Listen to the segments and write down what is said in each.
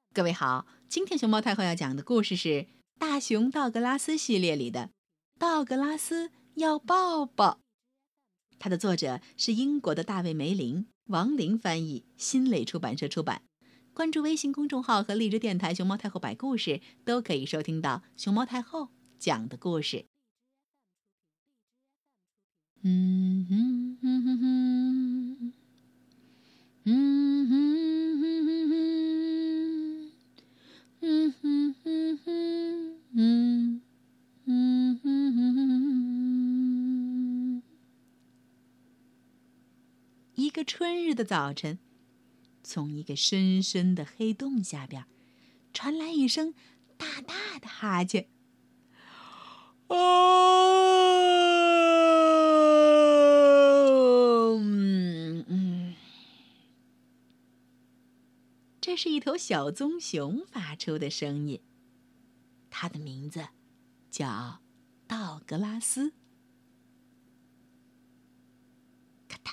各位好，今天熊猫太后要讲的故事是《大熊道格拉斯》系列里的《道格拉斯要抱抱》。它的作者是英国的大卫·梅林，王林翻译，新蕾出版社出版。关注微信公众号和荔枝电台熊猫太后摆故事，都可以收听到熊猫太后讲的故事。一个春日的早晨，从一个深深的黑洞下边传来一声大大的哈欠。这是一头小棕熊发出的声音，它的名字叫道格拉斯。咔嗒，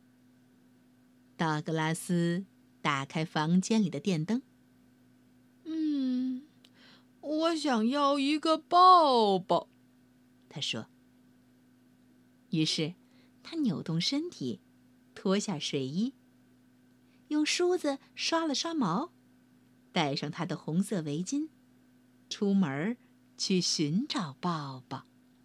道格拉斯打开房间里的电灯。我想要一个抱抱，他说。于是他扭动身体，脱下睡衣，用梳子刷了刷毛，戴上他的红色围巾，出门去寻找抱抱。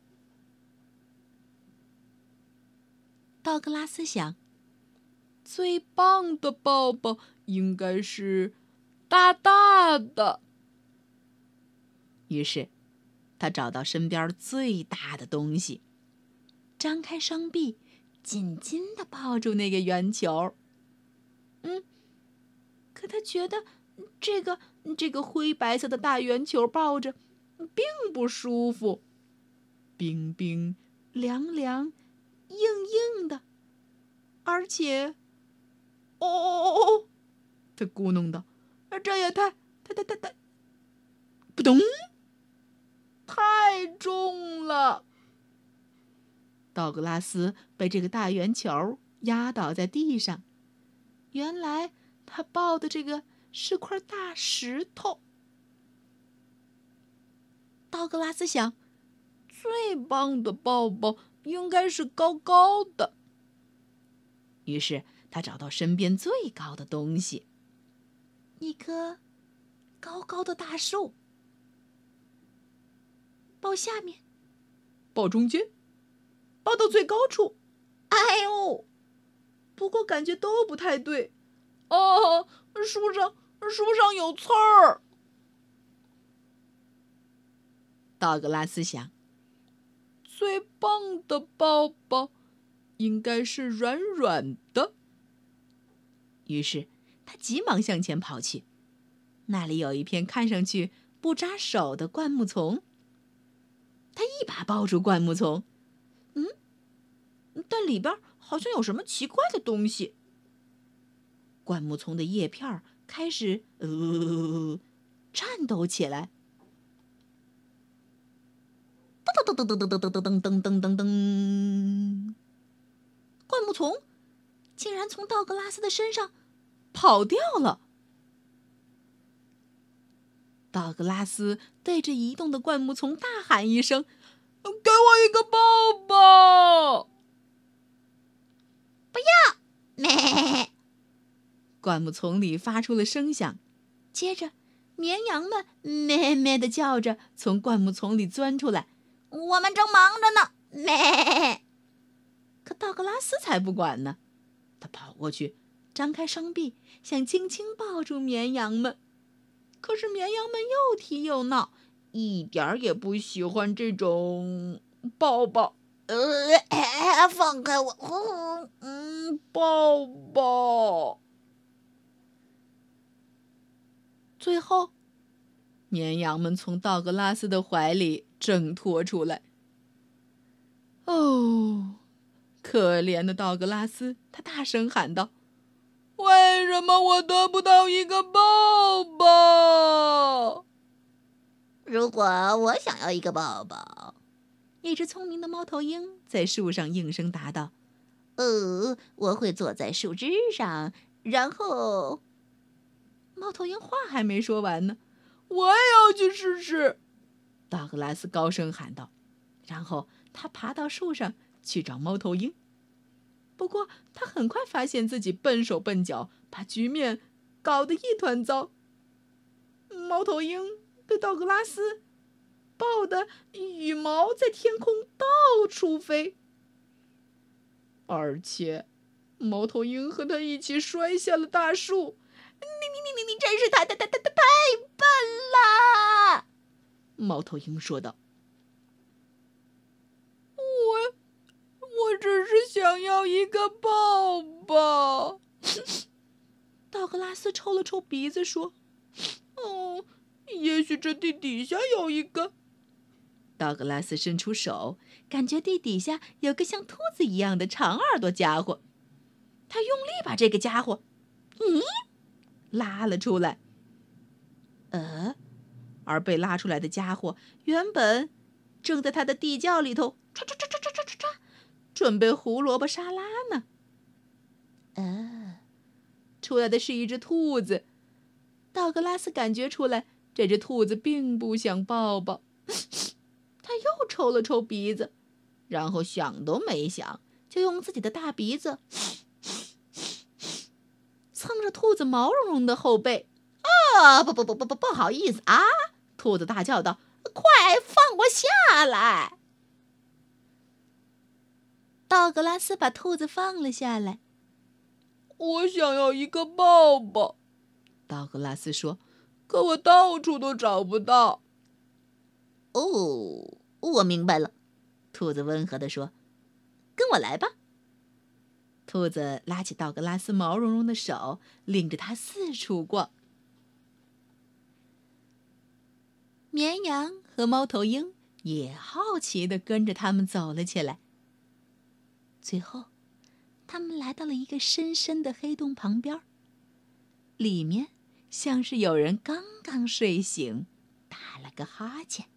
道格拉斯想，最棒的抱抱应该是大大的。于是他找到身边最大的东西，张开双臂，紧紧地抱住那个圆球。可他觉得这个灰白色的大圆球抱着并不舒服，冰冰凉凉硬硬的，而且他咕哝道，这也太扑通，太重了。道格拉斯被这个大圆球压倒在地上，原来他抱的这个是块大石头。道格拉斯想，最棒的抱抱应该是高高的。于是他找到身边最高的东西，一棵高高的大树。抱下面，抱中间，抱到最高处。哎呦！不过感觉都不太对。树上有刺儿。道格拉斯想，最棒的抱抱应该是软软的。于是他急忙向前跑去，那里有一片看上去不扎手的灌木丛。他一把抱住灌木丛，但里边好像有什么奇怪的东西。灌木丛的叶片开始颤抖起来。噔噔噔噔噔噔噔噔噔噔噔，灌木丛竟然从道格拉斯的身上跑掉了。道格拉斯对着移动的灌木丛大喊一声：“给我一个抱抱！”不要！咩！灌木丛里发出了声响，接着绵羊们咩咩地叫着从灌木丛里钻出来。我们正忙着呢，咩！可道格拉斯才不管呢，他跑过去，张开双臂，想轻轻抱住绵羊们。可是绵羊们又踢又闹，一点也不喜欢这种抱抱。放开我！抱抱。最后，绵羊们从道格拉斯的怀里挣脱出来。可怜的道格拉斯，他大声喊道：“为什么我得不到一个抱抱？” 如果我想要一个抱抱， 一只聪明的猫头鹰在树上应声答道：“ 我会坐在树枝上，然后……” 猫头鹰鹰话还没说完呢。我也要去试试，道格拉斯高声喊道。然后他爬到树上去找猫头鹰。不过他很快发现自己笨手笨脚，把局面搞得一团糟。猫头鹰被道格拉斯抱得羽毛在天空到处飞，而且猫头鹰和他一起摔下了大树。你真是太笨了！猫头鹰说道。我只是想要一个抱抱。道格拉斯抽了抽鼻子说：“也许这地底下有一个。”道格拉斯伸出手，感觉地底下有个像兔子一样的长耳朵家伙。他用力把这个家伙，拉了出来。而被拉出来的家伙原本正在他的地窖里头准备胡萝卜沙拉呢。出来的是一只兔子。道格拉斯感觉出来，这只兔子并不想抱抱。他又抽了抽鼻子，然后想都没想，就用自己的大鼻子蹭着兔子毛茸茸的后背。不好意思啊！兔子大叫道：“快放我下来！”道格拉斯把兔子放了下来。我想要一个抱抱，道格拉斯说，可我到处都找不到。 我明白了， 兔子温和地说，跟我来吧。兔子拉起道格拉斯毛茸茸的手，领着他四处逛。绵羊和猫头鹰也好奇地跟着他们走了起来。最后，他们来到了一个深深的黑洞旁边，里面像是有人刚刚睡醒，打了个哈欠。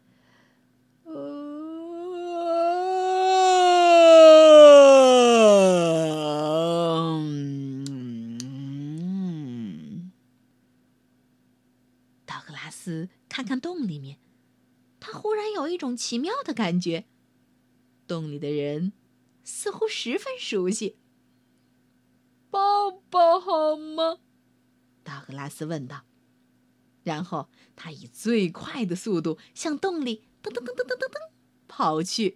道格拉斯看看洞里面，他忽然有一种奇妙的感觉，洞里的人似乎十分熟悉。抱抱好吗？道格拉斯问道。然后他以最快的速度向洞里噔跑去。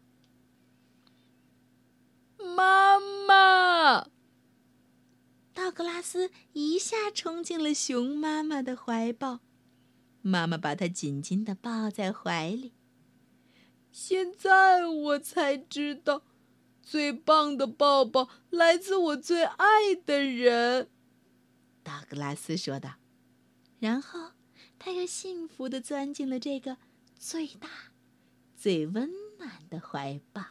妈妈！道格拉斯一下冲进了熊妈妈的怀抱，妈妈把他紧紧地抱在怀里。现在我才知道，最棒的抱抱来自我最爱的人，道格拉斯说道。然后他又幸福地钻进了这个最大、最温暖的怀抱。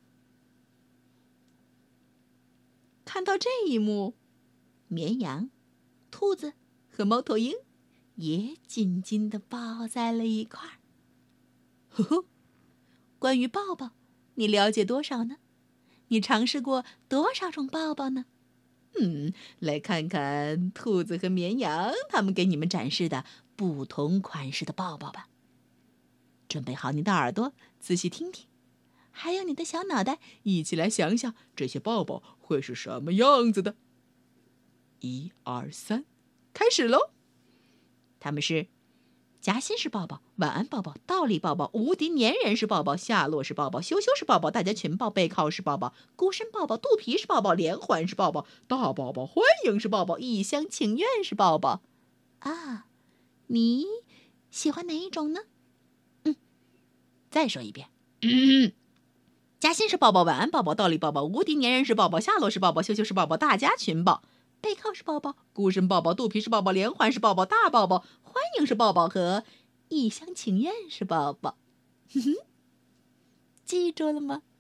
看到这一幕，绵羊、兔子和猫头鹰也紧紧地抱在了一块儿。呵呵，关于抱抱，你了解多少呢？你尝试过多少种抱抱呢？来看看兔子和绵羊他们给你们展示的不同款式的抱抱吧。准备好你的耳朵，仔细听听，还有你的小脑袋，一起来想想这些抱抱会是什么样子的。1、2、3，开始喽！他们是夹心式抱抱、晚安抱抱、倒立抱抱、无敌粘人式抱抱、下落式抱抱、羞羞式抱抱、大家群抱、背靠式抱抱、孤身抱抱、肚皮式抱抱、连环式抱抱、大抱抱、欢迎式抱抱、一厢情愿式抱抱。你喜欢哪一种呢？再说一遍。夹心式抱抱、晚安抱抱、倒立抱抱、无敌粘人式抱抱、下落式抱抱、羞羞式抱抱、大家群抱、背靠式抱抱、孤身抱抱、肚皮式抱抱、连环式抱抱、大抱抱、欢迎式抱抱和一厢情愿式抱抱。记住了吗？